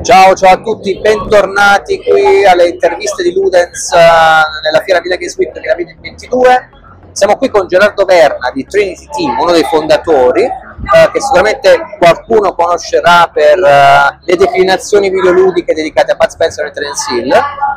Ciao a tutti, bentornati qui alle interviste di Ludens nella Fiera Villa Games Week 2022. Siamo qui con Gerardo Verna di Trinity Team, uno dei fondatori, che sicuramente qualcuno conoscerà per le declinazioni videoludiche dedicate a Bud Spencer e Terence Hill,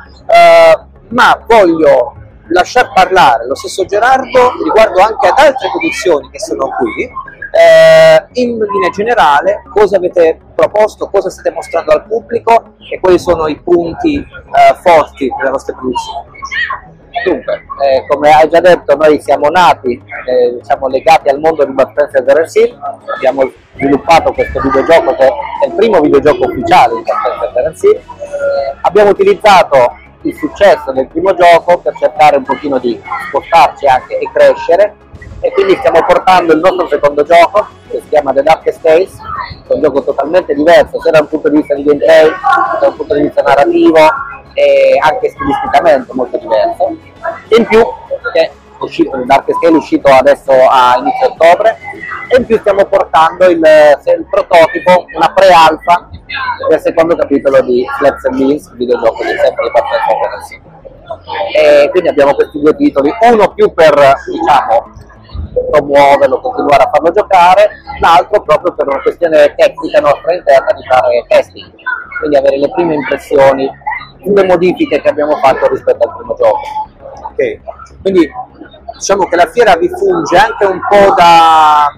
ma voglio lasciar parlare lo stesso Gerardo riguardo anche ad altre produzioni che sono qui. In linea generale, cosa avete proposto, cosa state mostrando al pubblico e quali sono i punti forti delle vostre produzioni? Dunque, come hai già detto, noi siamo nati, siamo legati al mondo di Bud Spencer e Terence Hill. Abbiamo sviluppato questo videogioco che è il primo videogioco ufficiale di Bud Spencer e Terence Hill. Abbiamo utilizzato il successo del primo gioco per cercare un pochino di spostarci anche e crescere, e quindi stiamo portando il nostro secondo gioco, che si chiama The Darkest Tales, che è un gioco totalmente diverso sia da un punto di vista di gameplay, sia da un punto di vista narrativo e anche stilisticamente molto diverso. In più, che è uscito, il Darkest Tales è uscito adesso a inizio ottobre, e in più stiamo portando il prototipo, una pre-alfa del secondo capitolo di Slaps and Beans, il videogioco di sempre di Bud Spencer e Terence Hill. E quindi abbiamo questi due titoli, uno più per, diciamo, promuoverlo, continuare a farlo giocare, l'altro proprio per una questione tecnica nostra interna di fare testing, quindi avere le prime impressioni sulle modifiche che abbiamo fatto rispetto al primo gioco. Ok, quindi diciamo che la fiera vi funge anche un po' da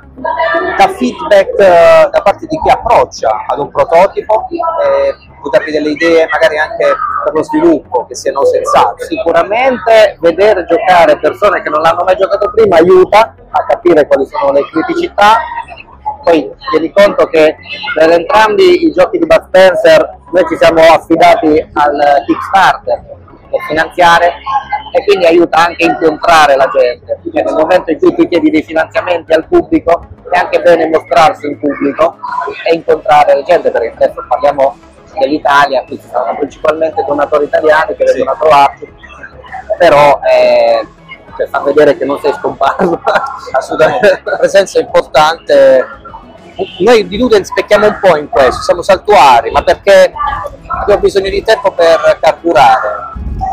feedback da parte di chi approccia ad un prototipo, può darvi delle idee magari anche per lo sviluppo che siano sensate. Sicuramente vedere giocare persone che non l'hanno mai giocato prima aiuta a capire quali sono le criticità. Poi tieni conto che per entrambi i giochi di Bud Spencer noi ci siamo affidati al Kickstarter per finanziare, e quindi aiuta anche a incontrare la gente, perché nel momento in cui tu chiedi dei finanziamenti al pubblico è anche bene mostrarsi in pubblico e incontrare la gente, perché adesso parliamo dell'Italia, qui ci sono principalmente donatori italiani che vengono a trovarci, però cioè, fa vedere che non sei scomparso. Assolutamente, la presenza è importante. Noi di Ludens specchiamo un po' in questo, siamo saltuari, ma perché abbiamo bisogno di tempo per carburare.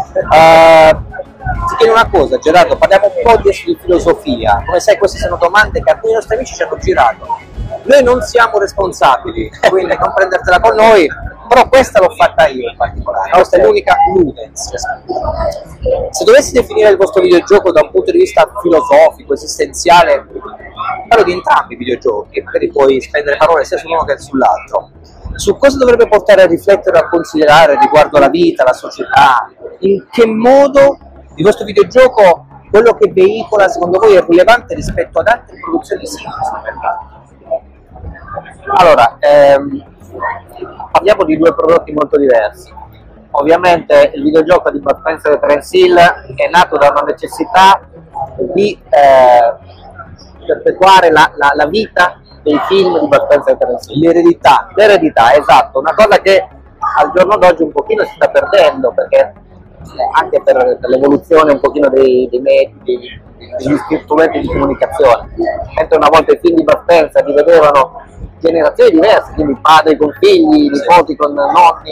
Ti chiedo una cosa, Gerardo, parliamo un po' di filosofia. Come sai, queste sono domande che alcuni nostri amici ci hanno girato. Noi non siamo responsabili, quindi non prendertela con noi, però questa l'ho fatta io in particolare, questa è l'unica Ludens. Se dovessi definire il vostro videogioco da un punto di vista filosofico, esistenziale, parlo di entrambi i videogiochi, magari puoi spendere parole sia sull'uno che sull'altro, su cosa dovrebbe portare a riflettere, a considerare riguardo alla vita, la società, in che modo il vostro videogioco, quello che veicola, secondo voi è rilevante rispetto ad altre produzioni simili sul mercato? Allora, parliamo di due prodotti molto diversi. Ovviamente il videogioco di Bud Spencer e Terence Hill è nato da una necessità di perpetuare la vita dei film di Bud Spencer e Terence Hill. L'eredità, esatto, una cosa che al giorno d'oggi un pochino si sta perdendo, perché anche per l'evoluzione un pochino dei metodi, degli strumenti di comunicazione. Mentre una volta i film di Bud Spencer li vedevano generazioni diverse, quindi padri con figli, nipoti con nonni,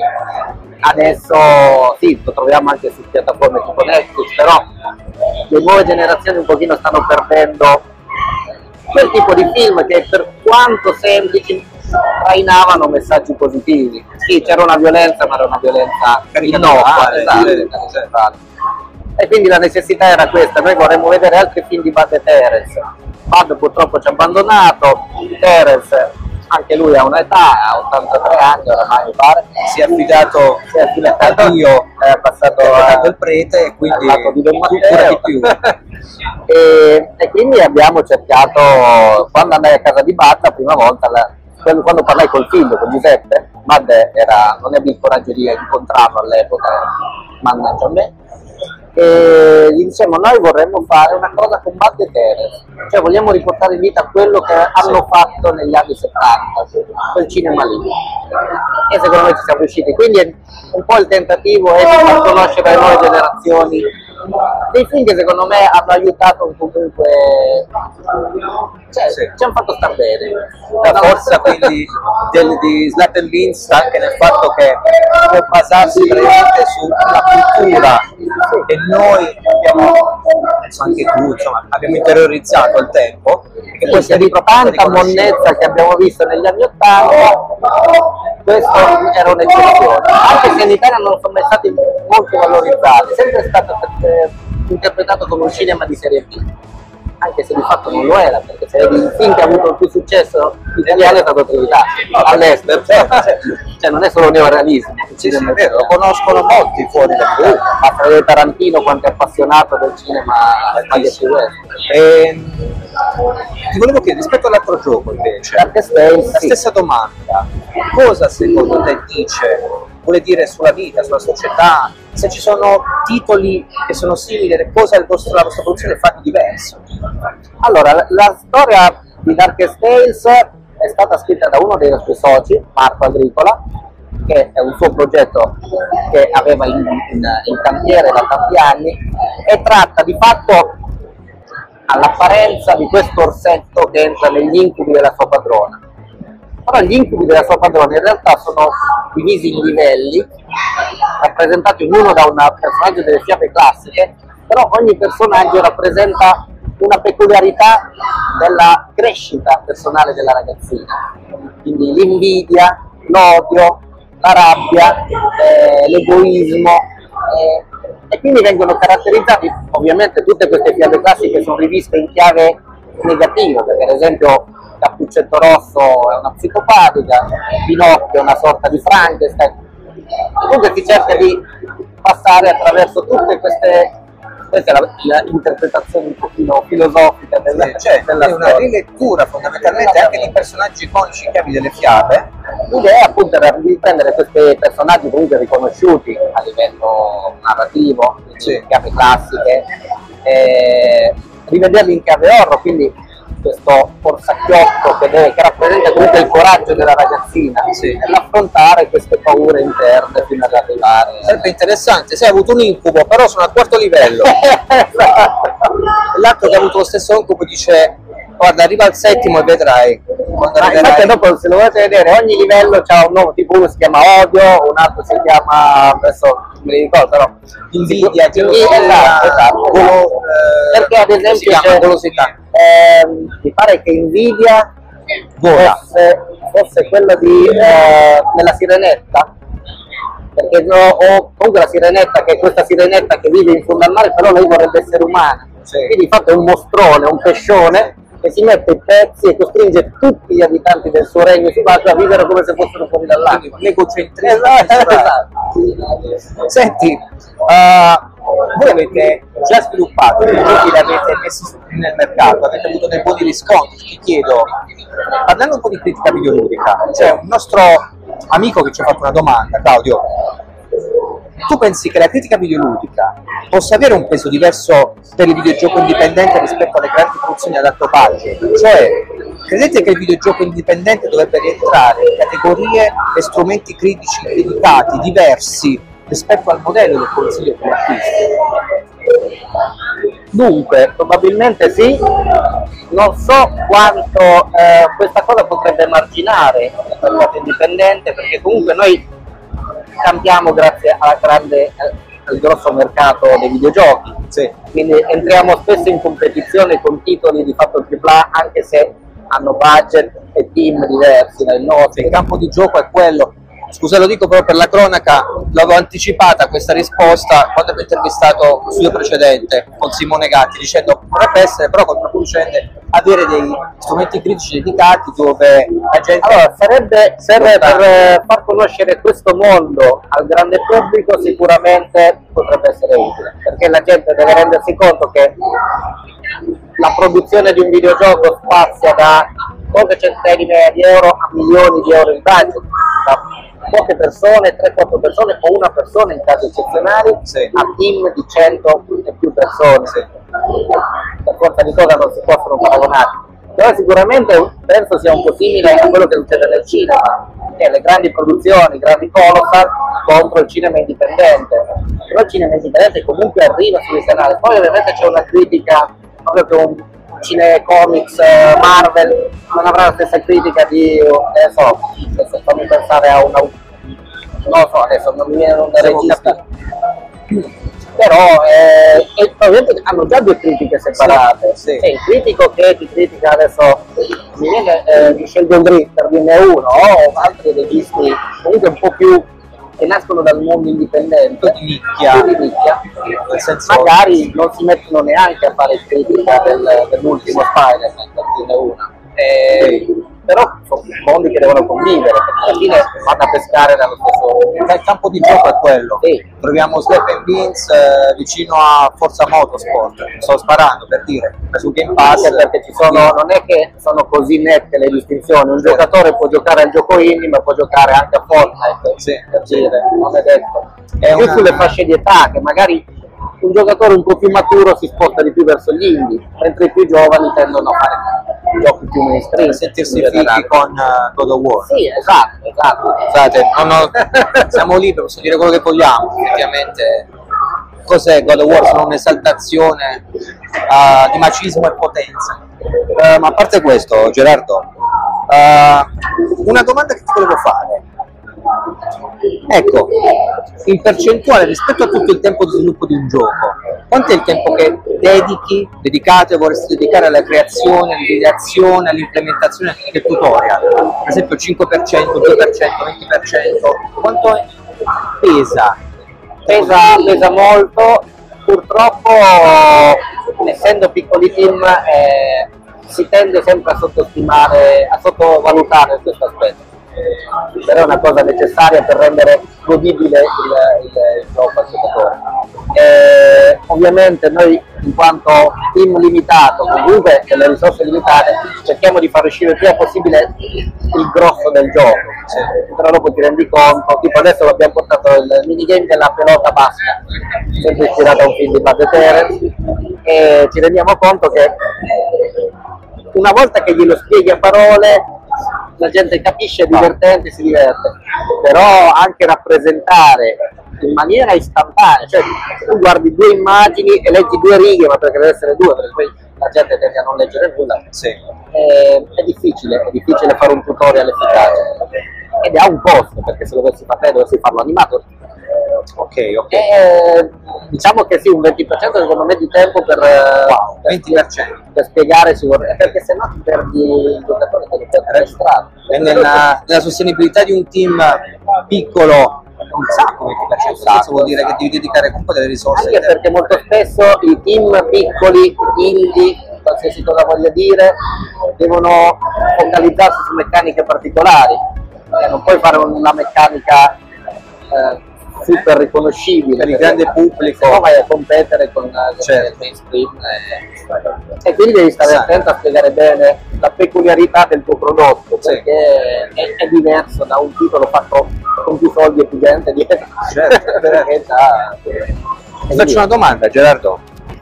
adesso sì, lo troviamo anche su piattaforme tipo Netflix, però le nuove generazioni un pochino stanno perdendo quel tipo di film che, per quanto semplici, trainavano messaggi positivi. Sì, c'era una violenza, ma era una violenza innocua, esatto. E quindi la necessità era questa. Noi vorremmo vedere altri film di Bud e Terence. Bud purtroppo ci ha abbandonato, Terence anche lui ha un'età, ha 83 anni oramai, mi pare, Si è affidato a Dio, è passato il prete, e quindi al lato di Don ancora di più. e quindi abbiamo cercato, quando andai a casa di Bud la prima volta, quando parlai col figlio, con Giuseppe, Bud non ebbe il coraggio di incontrarlo all'epoca, mannaggia a me, e gli dicevamo: noi vorremmo fare una cosa con Bud e Terence, cioè vogliamo riportare in vita quello che hanno fatto negli anni 70, quel cinema lì, e secondo me ci siamo riusciti. Quindi un po' il tentativo è di far conoscere alle nuove generazioni dei film che secondo me hanno aiutato comunque, cioè, Sì. ci hanno fatto star bene. La forza quindi di Slater Linz anche nel fatto che può basarsi praticamente sulla cultura che noi abbiamo, anche tu, insomma, abbiamo interiorizzato al tempo, che questa di tanta monnezza che abbiamo visto negli anni '80, questo era un'eccezione, anche se in Italia non sono mai stati molto valorizzati, è sempre stato interpretato come un cinema di serie B, anche se di fatto non lo era, perché se vedi il film che ha avuto il più successo italiano è stato Trinità, all'estero, cioè non è solo neorealismo. Sì, è vero, lo conoscono molti fuori da qui, ma Fede Tarantino quanto è appassionato del cinema spaghetti western. Ti volevo chiedere, rispetto all'altro gioco invece, la stessa domanda, cosa secondo te dice, vuole dire sulla vita, sulla società, se ci sono titoli che sono simili, cosa la vostra produzione fa di diverso? Allora, la storia di Darkest Tales è stata scritta da uno dei nostri soci, Marco Agricola, che è un suo progetto che aveva in cantiere da tanti anni, e tratta di fatto all'apparenza di questo orsetto che entra negli incubi della sua padrona. Però gli incubi della sua padrona in realtà sono divisi in livelli, rappresentati ognuno da un personaggio delle fiabe classiche, però ogni personaggio rappresenta una peculiarità della crescita personale della ragazzina. Quindi l'invidia, l'odio, la rabbia, l'egoismo, e quindi vengono caratterizzati, ovviamente tutte queste fiabe classiche sono riviste in chiave negativa, perché ad esempio Cappuccetto Rosso è una psicopatica, Pinocchio è una sorta di Frankenstein. Comunque si cerca di passare attraverso tutte questa è l'interpretazione un pochino filosofica della è una rilettura fondamentalmente anche di personaggi iconici chiavi delle fiabe. L'idea appunto era di prendere questi personaggi comunque riconosciuti a livello narrativo, in chiave classiche, rivederli in chiave horror, quindi questo forsacchiotto che rappresenta comunque il coraggio della ragazzina nell'affrontare queste paure interne fino ad arrivare. Sarebbe interessante se hai avuto un incubo, però sono al quarto livello. L'altro che ha avuto lo stesso incubo dice: guarda, arriva al settimo e vedrai. Infatti dopo, se lo volete vedere, ogni livello ha un nome, tipo uno si chiama odio, un altro si chiama, adesso non mi ricordo, però invidia, esatto. Perché ad esempio c'è golosità. Mi pare che invidia fosse quello di nella Sirenetta, perché o comunque la Sirenetta, che è questa sirenetta che vive in fondo al mare, però lei vorrebbe essere umana, quindi di fatto è un mostrone, un pescione che si mette in pezzi e costringe tutti gli abitanti del suo regno subacqueo a vivere come se fossero fuori dall'acqua. L'egocentrismo. Esatto. Senti, voi avete già sviluppato, i giochi li avete messi nel mercato, avete avuto dei buoni riscontri. Ti chiedo, parlando un po' di critica videoludica, c'è un nostro amico che ci ha fatto una domanda, Claudio. Tu pensi che la critica videoludica possa avere un peso diverso per il videogioco indipendente rispetto alle grandi produzioni ad alto budget? Cioè, credete che il videogioco indipendente dovrebbe rientrare in categorie e strumenti critici dedicati, diversi, rispetto al modello del consiglio per l'acquisto? Dunque, probabilmente sì, non so quanto questa cosa potrebbe marginare il mercato indipendente, perché comunque noi cambiamo grazie al grosso mercato dei videogiochi, quindi entriamo spesso in competizione con titoli di fatto AAA, anche se hanno budget e team diversi dal nostro. Il campo di gioco è quello. Scusa, lo dico però per la cronaca, l'avevo anticipata questa risposta quando abbiamo intervistato lo studio precedente con Simone Gatti, dicendo potrebbe essere però controproducente avere dei strumenti critici dedicati dove la gente... Allora, serve per far conoscere questo mondo al grande pubblico, sicuramente potrebbe essere utile, perché la gente deve rendersi conto che la produzione di un videogioco spazia da poche centinaia di migliaia di euro a milioni di euro in budget, da poche persone, 3-4 persone o una persona in casi eccezionali, a team di 100 e più persone. Per forza di cosa non si possono paragonare. Però sicuramente penso sia un po' simile a quello che succede nel cinema, che le grandi produzioni, i grandi colossal contro il cinema indipendente. Però il cinema indipendente comunque arriva sui canali. Poi ovviamente c'è una critica proprio che cinecomics Marvel non avrà la stessa critica di, adesso fammi pensare a una, non lo so, adesso non mi viene un regista, però probabilmente hanno già due critiche separate. Sì. C'è il critico che ti critica, adesso mi viene Michel Gondry per dirne uno, o altri registi comunque un po' più che nascono dal mondo indipendente, di nicchia, nel senso, magari non si mettono neanche a fare critica dell'ultimo Spider-Man, per dirne una. Però sono mondi che devono convivere, perché alla fine vanno a pescare dallo stesso. Il campo di gioco è quello. Sì. Troviamo Slap and Beans vicino a Forza Motorsport, sto sparando per dire, su Game Pass, Anche perché ci sono, non è che sono così nette le distinzioni, un giocatore può giocare al gioco indie ma può giocare anche a Fortnite, Sì. per dire, non è detto. È Più una- sulle fasce di età, che magari un giocatore un po' più maturo si sposta di più verso gli indie, mentre i più giovani tendono a fare giochi più mainstream. sentirsi in generale. fighi con God of War. Sì, esatto. Scusate, siamo liberi, possiamo dire quello che vogliamo, effettivamente. Cos'è God of War? Sono un'esaltazione di macismo e potenza. Ma a parte questo, Gerardo, una domanda che ti volevo fare. Ecco, in percentuale rispetto a tutto il tempo di sviluppo di un gioco, quanto è il tempo che dedicate o vorresti dedicare alla creazione, all'ideazione, all'implementazione del tutorial? Per esempio 5%, 2%, 20%, quanto pesa? Pesa molto, purtroppo essendo piccoli team si tende sempre a sottostimare, a sottovalutare questo aspetto, però è una cosa necessaria per rendere godibile il gioco al giocatore. Ovviamente noi in quanto team limitato, comunque delle risorse limitate, cerchiamo di far uscire il prima possibile il grosso del gioco, però dopo ti rendi conto, tipo adesso abbiamo portato il minigame della pelota basca, sempre ispirato a un film di Bud Terence, e ci rendiamo conto che una volta che glielo spieghi a parole la gente capisce, è divertente, si diverte, però anche rappresentare in maniera istantanea, cioè tu guardi due immagini e leggi due righe, ma perché deve essere due, perché poi la gente tende a non leggere nulla. Sì. È difficile fare un tutorial efficace ed ha un costo, perché se dovessi farlo animato. Ok. Diciamo che sì, un 20% secondo me di tempo per 20%. per spiegare ci vorrebbe, perché se no ti perdi il giocatore che lo perdi per strada. E nella sostenibilità di un team piccolo un sacco 20%, questo vuol dire che devi dedicare un po' delle risorse. Anche perché molto spesso i team piccoli, indie, qualsiasi cosa voglia dire, devono focalizzarsi su meccaniche particolari. Non puoi fare una meccanica super riconoscibile Per il grande pubblico. se no vai a competere con il mainstream e quindi devi stare attento a spiegare bene la peculiarità del tuo prodotto, perché è diverso da un titolo fatto con più soldi e più gente dietro. Perché Ti faccio una domanda, Gerardo.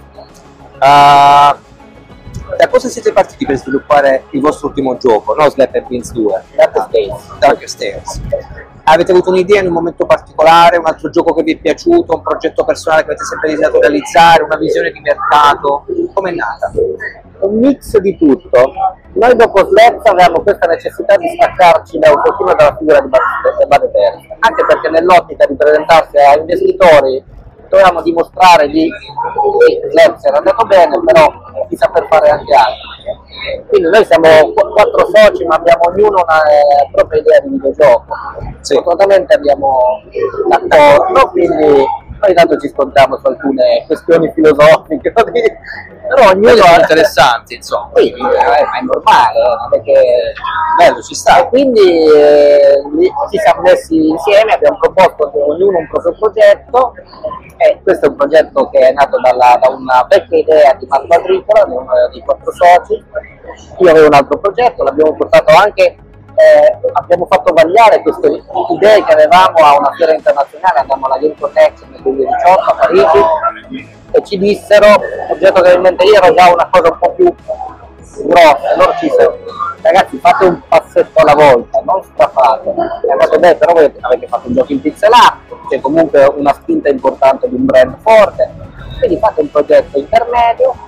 Da cosa siete partiti per sviluppare il vostro ultimo gioco, no Slap and Beans 2? Darkest Tales. Avete avuto un'idea in un momento particolare, un altro gioco che vi è piaciuto, un progetto personale che avete sempre desiderato realizzare, una visione di mercato? Com'è nata? Un mix di tutto. Noi dopo Slap avevamo questa necessità di staccarci da un pochino dalla figura di Bud Terence, anche perché nell'ottica di presentarsi a investitori dovevamo dimostrare di Slap era andato bene, però di saper fare anche altro. Quindi noi siamo 4 soci, ma abbiamo ognuno una propria idea di videogioco. Fortunatamente abbiamo d'accordo, quindi noi tanto ci scontriamo su alcune questioni filosofiche, però ognuno sono interessanti, insomma. Sì, ma è normale, non è che bello, ci sta. E quindi ci siamo messi insieme, abbiamo proposto ognuno un proprio progetto, e questo è un progetto che è nato da una vecchia idea di Marco Agricola, di uno dei 4 soci. Io avevo un altro progetto, l'abbiamo portato anche, abbiamo fatto vagliare queste idee che avevamo a una fiera internazionale, andammo alla Game Connection nel 2018 a Parigi e ci dissero, il progetto che avevo in mente io era già una cosa un po' più grossa, loro ci dissero ragazzi fate un passetto alla volta, non strafate, e hanno detto beh però voi avete fatto un gioco in pixel art, c'è comunque una spinta importante di un brand forte, quindi fate un progetto intermedio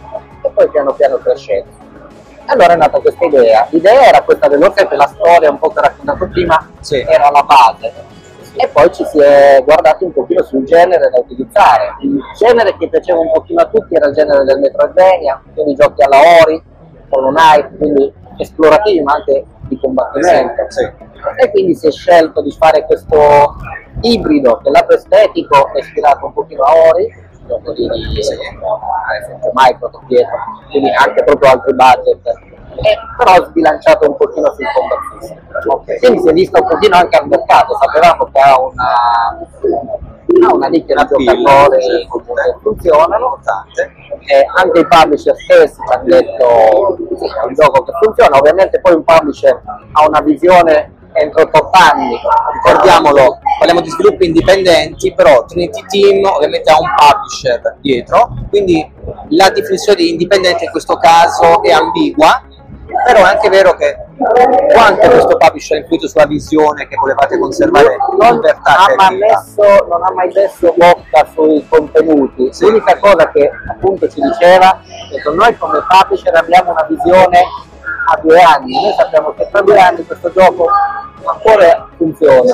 e poi piano piano crescendo. Allora è nata questa idea. L'idea era questa dell'orsetto, la storia un po' che ho raccontato prima, Sì. era la base. E poi ci si è guardati un pochino sul genere da utilizzare. Il genere che piaceva un pochino a tutti era il genere del Metroidvania, quindi giochi alla Ori, Hollow Knight, quindi esplorativi ma anche di combattimento. Sì. E quindi si è scelto di fare questo ibrido che lato estetico è ispirato un pochino a Ori, gioco di ad esempio Microsoft dietro, quindi anche proprio altri budget, però sbilanciato un pochino sul combat system. Quindi si è visto un pochino anche al mercato, sapevamo che ha una nicchia di giocatori che funzionano, anche i publisher stessi ci hanno detto sì, è un gioco che funziona. Ovviamente poi un publisher ha una visione entro 8 anni, Ricordiamolo, parliamo di sviluppi indipendenti, però Trinity Team ovviamente ha un publisher dietro, quindi la definizione di indipendente in questo caso è ambigua, però è anche vero che quanto questo publisher ha influito sulla visione che volevate conservare libertà creativa. non ha mai messo bocca sui contenuti. L'unica cosa che appunto ci diceva è che noi come publisher abbiamo una visione a 2 anni, noi sappiamo che tra 2 anni questo gioco ancora funziona.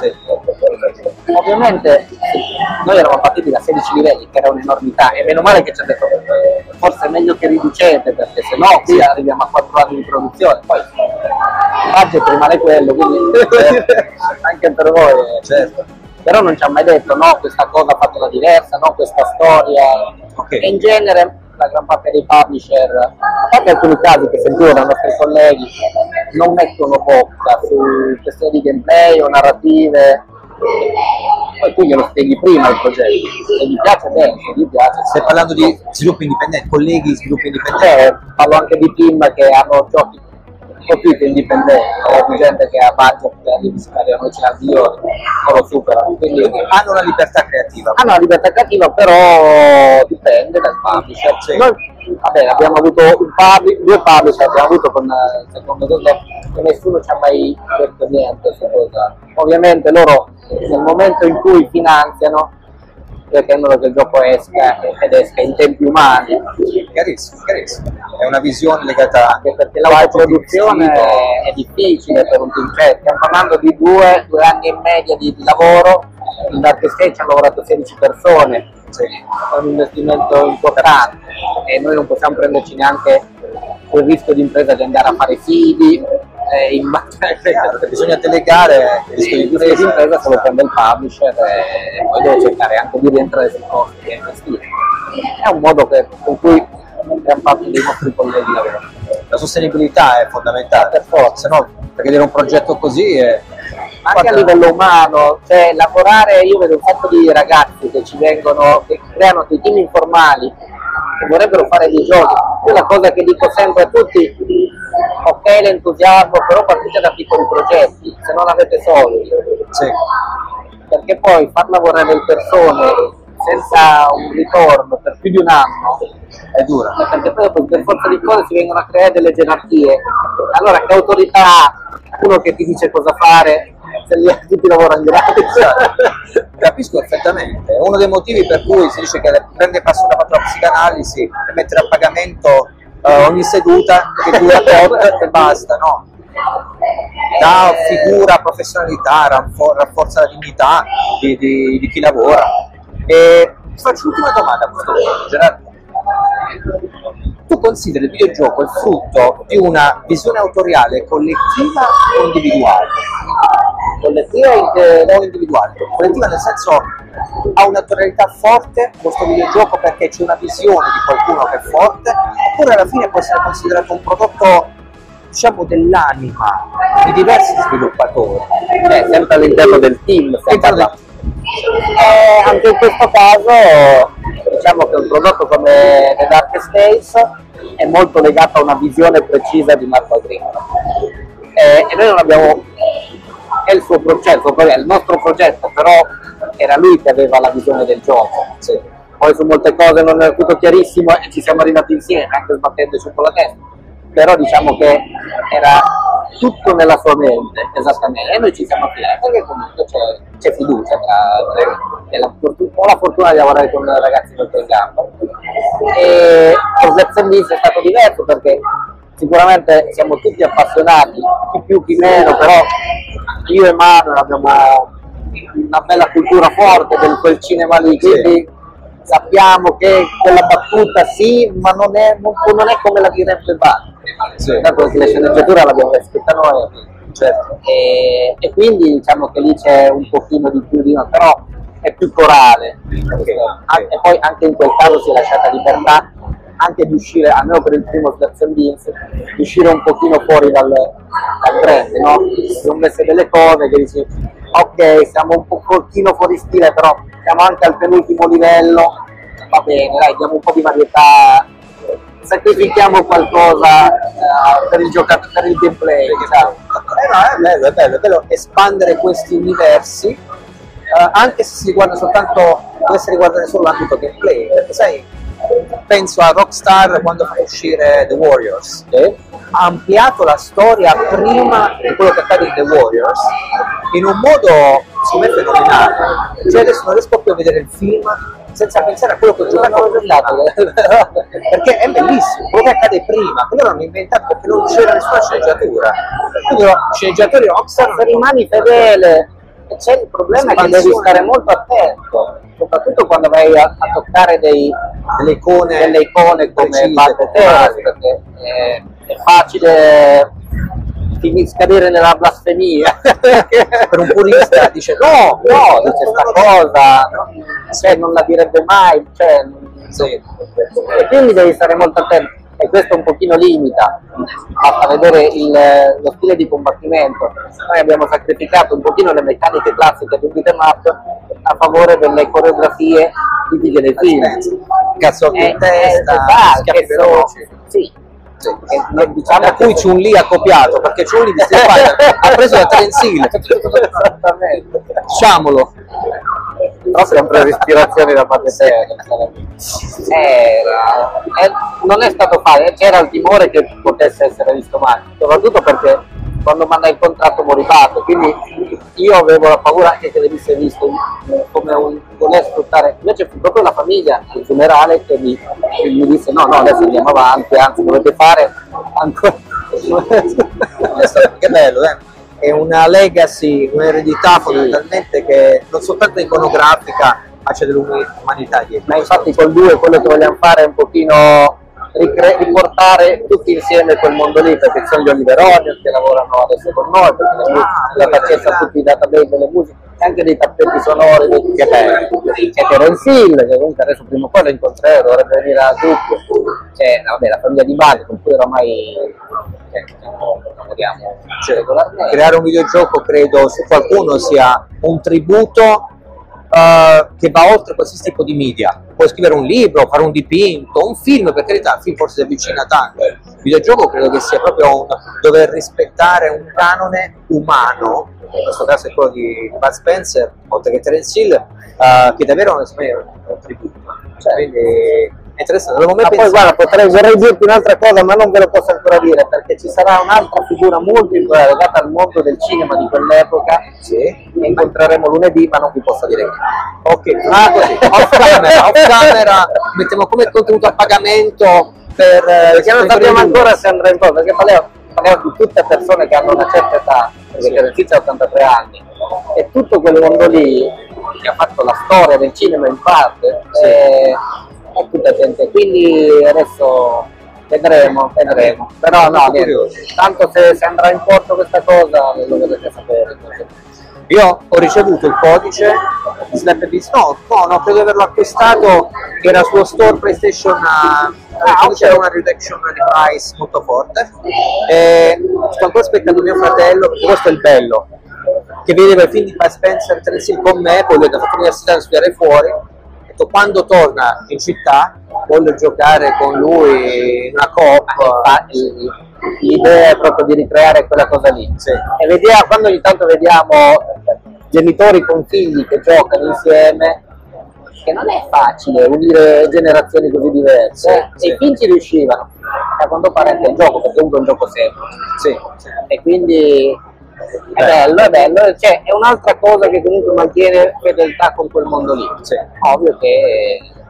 Ovviamente noi eravamo partiti da 16 livelli, che era un'enormità, e meno male che ci ha detto forse è meglio che riducete, perché se no qui arriviamo a 4 anni di produzione, poi il budget rimane quello, quindi anche per voi certo. Però non ci ha mai detto no, questa cosa fatela diversa, no, questa storia. E in genere la gran parte dei publisher, a parte alcuni casi che sentivo dai nostri colleghi, non mettono bocca su questioni di gameplay o narrative, poi tu glielo spieghi prima il progetto, se gli piace bene, se gli piace. Stai parlando di sviluppi indipendenti, colleghi di sviluppi indipendenti? Parlo anche di team che hanno giochi un po' più indipendenti, di gente che ha budget di risparmiare noi ce milioni, non lo superano, quindi hanno una libertà creativa. Hanno una libertà creativa, però dipende dal publisher. Noi abbiamo avuto due publisher, abbiamo avuto con secondo me che nessuno ci ha mai detto niente su cosa. Ovviamente loro nel momento in cui finanziano pretendono che il gioco esca ed esca in tempi umani. Chiarissimo. È una visione legata anche perché la produzione è difficile per un team, cioè stiamo parlando di 2 anni e media di lavoro. In Dark Stage hanno lavorato 16 persone, è un investimento importante e noi non possiamo prenderci neanche quel rischio di impresa di andare a fare fidi, bisogna delegare il rischio di impresa se lo prende il publisher e poi deve cercare anche di rientrare sui costi e investire. È un modo con cui gran parte dei nostri colleghi lavorano. La sostenibilità è fondamentale, per forza, no? Perché dire un progetto così è... Anche a livello umano, cioè lavorare, io vedo un sacco di ragazzi che ci vengono, che creano dei team informali, che vorrebbero fare dei giochi. Io la cosa che dico sempre a tutti, ok l'entusiasmo, però partite da piccoli progetti, se non avete soldi. Sì. Perché poi far lavorare le persone senza un ritorno per più di un anno è dura, perché poi dopo per forza di cose si vengono a creare delle gerarchie. Allora che autorità ha uno che ti dice cosa fare se gli altri ti lavorano gratis? Capisco perfettamente, è uno dei motivi per cui si dice che prende passo da fatto la psicanalisi e mettere a pagamento ogni seduta che dura tot e basta, no? Dà figura, professionalità, rafforza la dignità di chi lavora. E ti faccio l'ultima domanda a questo punto, Gerardo. Tu consideri il videogioco il frutto di una visione autoriale collettiva o individuale? Collettiva o individuale? Collettiva nel senso ha un'autorialità forte questo videogioco perché c'è una visione di qualcuno che è forte, oppure alla fine può essere considerato un prodotto, diciamo, dell'anima di diversi sviluppatori, sempre all'interno del team. Anche in questo caso diciamo che un prodotto come The Dark Space è molto legato a una visione precisa di Marco Agricola e noi non abbiamo, è il suo progetto, è il nostro progetto, però era lui che aveva la visione del gioco. Sì. Poi su molte cose non è tutto chiarissimo e ci siamo arrivati insieme anche sbattendoci un po' la testa, però diciamo che era tutto nella sua mente, esattamente, e noi ci siamo affidati perché comunque c'è fiducia ho la fortuna di lavorare con ragazzi molto in gamba E con Sleps and Beans è stato diverso perché sicuramente siamo tutti appassionati, chi più chi meno, però io e Manuel abbiamo una bella cultura forte del quel cinema lì, quindi sappiamo che quella battuta sì, ma non è come la direbbe Bart. Dato che la sceneggiatura l'abbiamo scritta noi, certo. E quindi diciamo che lì c'è un pochino di più di no, però è più corale. E poi anche in quel caso si è lasciata libertà anche di uscire, almeno per il primo Sleps and Beans, di uscire un pochino fuori dal brand, no? Sono messe delle cose che dici, ok, siamo un pochino fuori stile, però siamo anche al penultimo livello, va bene, dai, diamo un po' di varietà, sacrifichiamo qualcosa per il giocatore, per il gameplay, diciamo. No, è bello espandere questi universi, anche se si riguarda soltanto, dovesse riguardare solo l'ambito gameplay, perché sai, penso a Rockstar quando fa uscire The Warriors, ha ampliato la storia prima di quello che accade in The Warriors in un modo secondo me fenomenale. Cioè adesso non riesco più a vedere il film senza pensare a quello che ho giocato prima, perché è bellissimo, quello che accade prima, quello l'hanno inventato perché non c'era nessuna sceneggiatura, quindi i sceneggiatori Rockstar se rimani fedele. C'è il problema che devi stare molto attento, soprattutto quando vai a toccare delle icone come Battlefield, perché è facile scadere nella blasfemia. Per un purista dice no, dice sta cosa, cioè, non la direbbe mai, cioè, sì. E quindi devi stare molto attento. E questo un pochino limita a vedere lo stile di combattimento. Noi abbiamo sacrificato un pochino le meccaniche classiche di un beat'em up a favore delle coreografie tipiche dei film. Cazzotti in testa, schiaffi veloci. Sì. Diciamo a cui Chun-Li ha copiato, perché Chun-Li di Street Fighter ha preso da Terence Hill. Esattamente. Diciamolo. Però sempre ispirazioni da parte non è stato facile, c'era il timore che potesse essere visto male, soprattutto perché quando manda il contratto moribato, quindi io avevo la paura anche che venisse visto come un voler sfruttare, invece fu proprio la famiglia in generale che mi disse no, adesso andiamo avanti, anzi dovete fare ancora. Che bello, è una legacy, un'eredità fondamentalmente che non soltanto iconografica, ma c'è dell'umanità dietro. Ma infatti col 2 quello che vogliamo fare è un pochino riportare tutti insieme quel mondo lì, perché ci sono gli Oliveroni che lavorano adesso con noi, perché la accesso a tutti i database delle musiche, anche dei tappeti sonori, che c'è Terence Hill, che comunque adesso prima o poi lo incontrerò, dovrebbe venire a Dubbio, c'è la famiglia di Bandi con cui oramai lavoriamo regolarmente. Creare un videogioco credo su qualcuno sia un tributo che va oltre qualsiasi tipo di media. Puoi scrivere un libro, fare un dipinto, un film, per carità, il film forse si avvicina tanto. Il videogioco credo che sia proprio dover rispettare un canone umano, in questo caso è quello di Bud Spencer, oltre che Terence Hill, che davvero è un tributo. Quindi è interessante. Poi guarda, vorrei dirti un'altra cosa, ma non ve lo posso ancora dire, perché ci sarà un'altra figura molto importante legata al mondo del cinema di quell'epoca, che incontreremo lunedì, ma non vi posso dire che. Ok, così, off camera, mettiamo come contenuto a pagamento per... perché non sappiamo ancora se andrà in cosa, perché parliamo di tutte persone che hanno una certa età, perché Terence ha 83 anni, e tutto quel mondo lì, che ha fatto la storia del cinema in parte, è tutta gente, quindi adesso vedremo, però no, tanto se andrà in porto questa cosa lo dovete sapere. Io ho ricevuto il codice di Sleps and Beans, no, credo di averlo acquistato, che era sullo store PlayStation, c'era una reduction di price molto forte, e sto ancora aspettando mio fratello, perché questo è il bello, che vedeva il film di Bud Spencer Terence Hill con me, poi lui ha fatto l'università a studiare fuori, quando torna in città voglio giocare con lui in una coppa. L'idea è proprio di ricreare quella cosa lì, e quando ogni tanto vediamo genitori con figli che giocano insieme, che non è facile unire generazioni così diverse, e i figli ci riuscivano, a quanto pare anche il gioco, perché comunque è un gioco semplice, e quindi è bello, cioè è un'altra cosa che comunque mantiene fedeltà con quel mondo lì. Ovvio che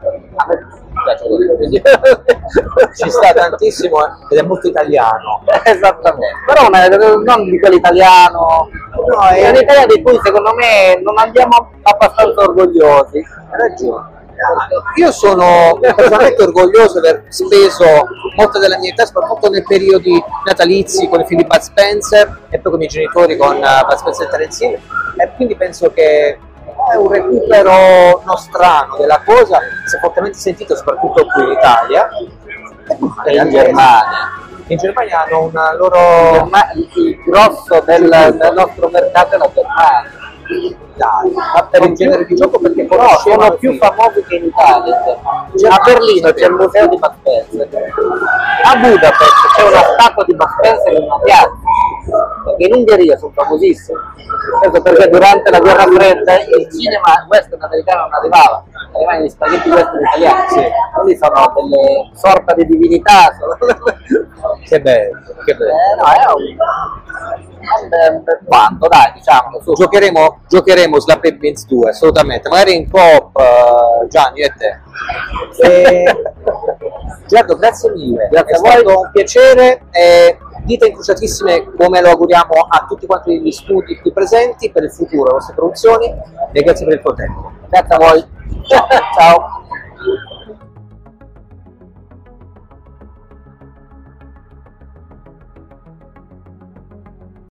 A me piace così, quindi Ci sta tantissimo ed è molto italiano. esattamente, però non di quell'italiano, No, è un italiano di cui secondo me non andiamo abbastanza orgogliosi. Hai ragione. Io sono personalmente orgoglioso di aver speso molta della mia età, soprattutto nei periodi natalizi con i film di Bud Spencer e poi con i miei genitori con Bud Spencer e Terence Hill, e quindi penso che è un recupero nostrano della cosa, si è fortemente sentito soprattutto qui in Italia E in Germania. In Germania hanno una loro... Il grosso del nostro mercato è la Germania. Dai, ma per il genere di gioco perché Però conoscevano sono più film. famosi che in Italia. A Berlino c'è il museo di Bud Spencer, a Budapest c'è una statua di Bud Spencer in una piazza, perché in Ungheria sono famosissimi. Questo perché durante la guerra fredda il cinema western americano non arrivava, arrivavano gli spaghetti western italiani, quindi sono delle sorta di divinità. Che bello, che bello. No, è un bel quanto, dai, diciamo. Giocheremo Slap and Beans 2, assolutamente, magari in coop, Gianni e te. Gerardo, grazie mille, Grazie è a voi. stato un piacere e dita incrociatissime come lo auguriamo a tutti quanti gli studi qui presenti per il futuro, le vostre produzioni, e grazie per il tuo tempo. Grazie a voi. Ciao.